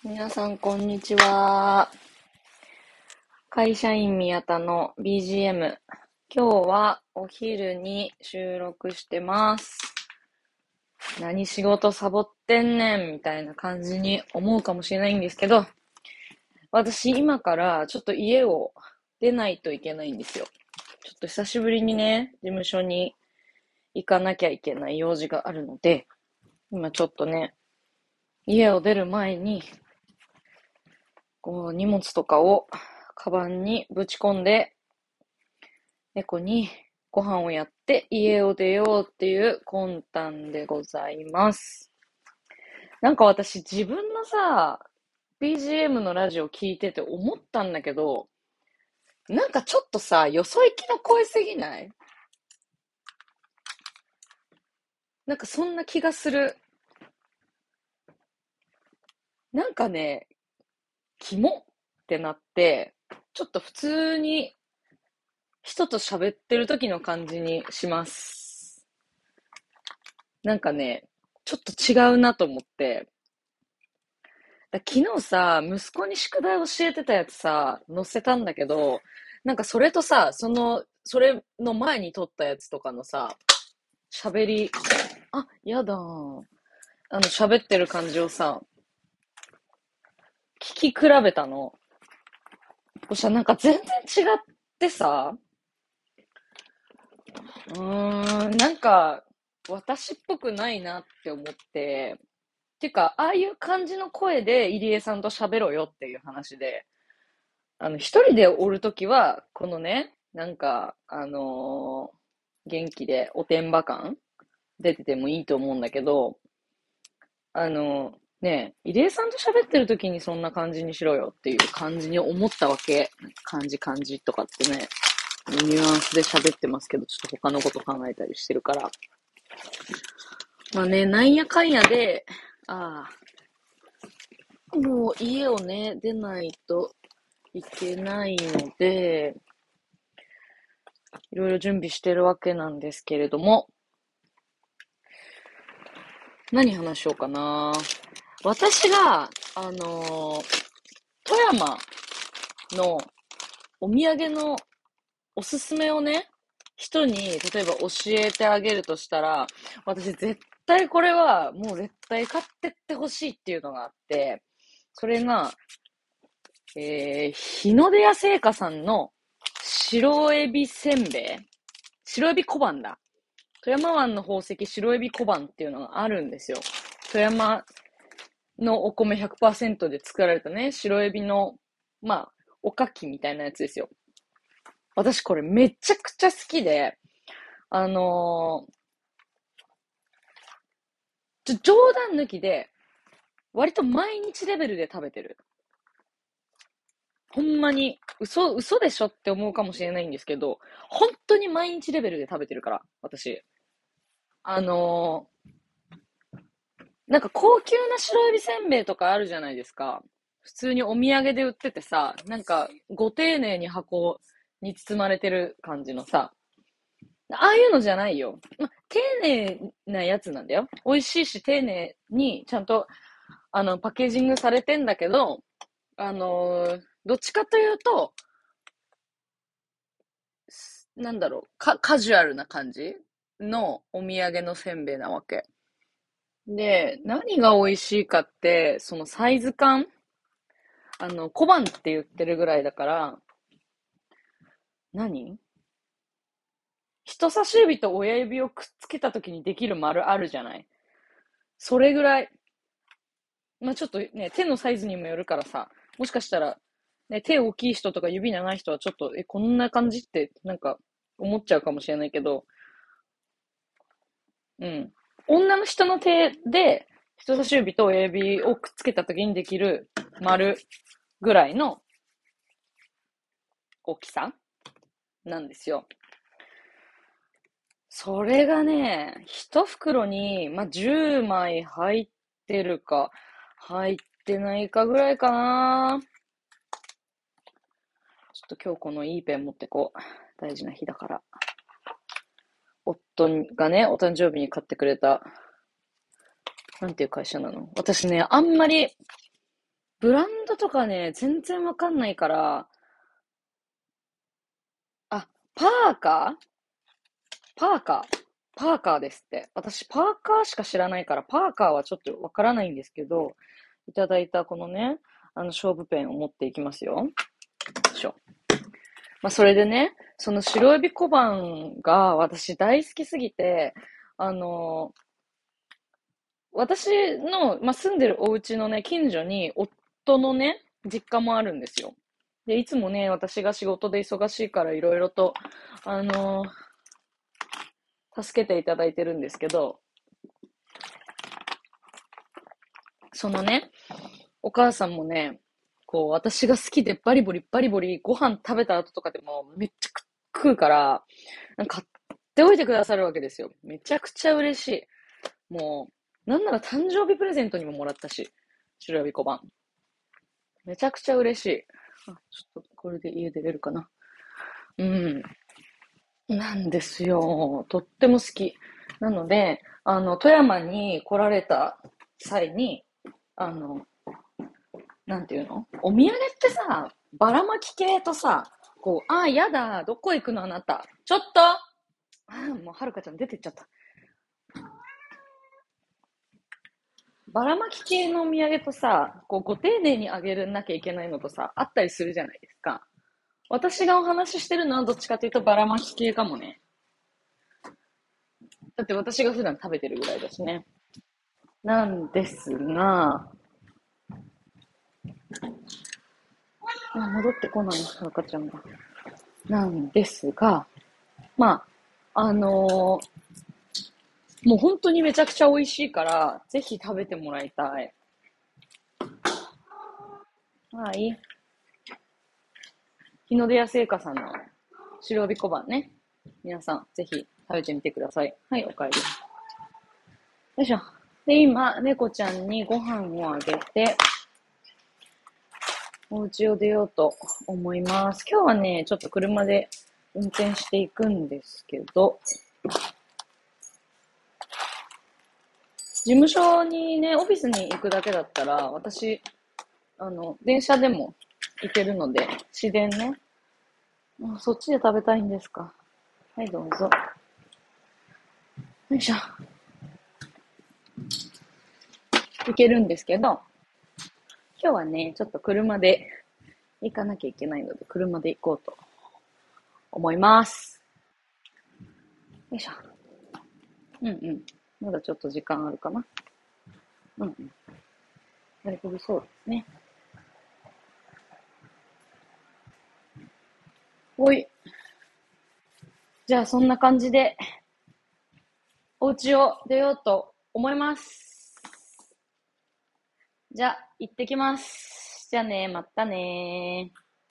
皆さん、こんにちは。会社員宮田の BGM。今日はお昼に収録してます。何仕事サボってんねんみたいな感じに思うかもしれないんですけど、私今からちょっと家を出ないといけないんですよ。ちょっと久しぶりにね、事務所に行かなきゃいけない用事があるので、今ちょっとね、家を出る前にこう荷物とかをカバンにぶち込んで、猫にご飯をやって家を出ようっていう魂胆でございます。なんか私自分のさ、BGM のラジオ聞いてて思ったんだけど、なんかちょっとさ、よそ行きの声すぎない？なんかそんな気がする。なんかね、キモってなって、ちょっと普通に人と喋ってる時の感じにします。なんかね、ちょっと違うなと思って、昨日さ、息子に宿題教えてたやつさ、載せたんだけど、なんかそれとさ、それの前に撮ったやつとかのさ、喋り、やだー。喋ってる感じをさ、聞き比べたの。そしたらなんか全然違ってさ、なんか、私っぽくないなって思って、てか、ああいう感じの声で入江さんと喋ろうよっていう話で、一人でおるときは、このね、なんか、元気でおてんば感出ててもいいと思うんだけど、ねえ、入江さんと喋ってるときにそんな感じにしろよっていう感じに思ったわけ。感じとかってね、ニュアンスで喋ってますけど、ちょっと他のこと考えたりしてるから。まあね、なんやかんやで、あもう家をね、出ないといけないので、いろいろ準備してるわけなんですけれども、何話しようかな。私が、富山のお土産のおすすめをね、人に例えば教えてあげるとしたら、私絶対これはもう絶対買ってってほしいっていうのがあって、それが、日の出屋製菓さんの白エビせんべい、白エビ小判だ。富山湾の宝石白エビ小判っていうのがあるんですよ。富山のお米100%で作られたね、白エビの、まあ、おかきみたいなやつですよ。私これめちゃくちゃ好きで、あの冗談抜きで、割と毎日レベルで食べてる。ほんまに、嘘でしょって思うかもしれないんですけど、本当に毎日レベルで食べてるから、私。あのなんか高級な白エビせんべいとかあるじゃないですか。普通にお土産で売っててさ、なんかご丁寧に箱に包まれてる感じのさ、ああいうのじゃないよ。丁寧なやつなんだよ。美味しいし丁寧にちゃんとパッケージングされてんだけど、どっちかというと、なんだろう、カジュアルな感じのお土産のせんべいなわけ。で、何が美味しいかって、そのサイズ感小判って言ってるぐらいだから、何人差し指と親指をくっつけた時にできる丸あるじゃない？それぐらい。まあちょっとね、手のサイズにもよるからさ、もしかしたら、ね、手大きい人とか指長い人はちょっと、こんな感じってなんか思っちゃうかもしれないけど、うん。女の人の手で人差し指と親指をくっつけた時にできる丸ぐらいの大きさなんですよ。それがね、一袋に、まあ、10枚入ってるか、入ってないかぐらいかな。ちょっと今日このいいペン持ってこう。大事な日だから。夫がね、お誕生日に買ってくれた、なんていう会社なの？私ね、あんまりブランドとかね、全然わかんないから、あ、パーカーパーカー。パーカーですって。私、パーカーしか知らないから、パーカーはちょっとわからないんですけど、いただいたこのね、勝負ペンを持っていきますよ。よいしょ。まあ、それでね、その白エビ小判が私大好きすぎて、あの、私の、まあ、住んでるお家のね、近所に夫のね、実家もあるんですよ。で、いつもね、私が仕事で忙しいからいろいろと、あの、助けていただいてるんですけど、そのね、お母さんもね、こう、私が好きでバリボリバリボリご飯食べた後とかでもめっちゃ食うから、なんか買っておいてくださるわけですよ。めちゃくちゃ嬉しい。もう、なんなら誕生日プレゼントにももらったし、白エビ小判。めちゃくちゃ嬉しい。あ、ちょっとこれで家出れるかな。うん。なんですよ。とっても好き。なので、富山に来られた際に、あの、なんていうのお土産ってさ、ばらまき系とさ、こう、やだ、どこ行くのあなた。ちょっともうはるかちゃん出てっちゃった。ばらまき系のお土産とさ、こう、ご丁寧にあげるなきゃいけないのとさ、あったりするじゃないですか。私がお話ししてるのはどっちかというとばらまき系かもね。だって私が普段食べてるぐらいだしね。なんですが、戻ってこないの、赤ちゃんが。なんですが、まあ、もう本当にめちゃくちゃ美味しいから、ぜひ食べてもらいたい。はい。日の出屋製菓さんの白帯小判ね。皆さん、ぜひ食べてみてください。はい、お帰り。よいしょ。で、今、猫ちゃんにご飯をあげて、お家を出ようと思います。今日はね、ちょっと車で運転していくんですけど、事務所にね、オフィスに行くだけだったら、私、電車でも行けるので、自然ね。そっちで食べたいんですか。はい、どうぞ。よいしょ。行けるんですけど、今日はね、ちょっと車で行かなきゃいけないので、車で行こうと思います。よいしょ。うんうん。まだちょっと時間あるかな。うんうん。大丈夫そうですね。おい。じゃあそんな感じで、お家を出ようと思います。じゃあ、行ってきます。じゃあね、またねー。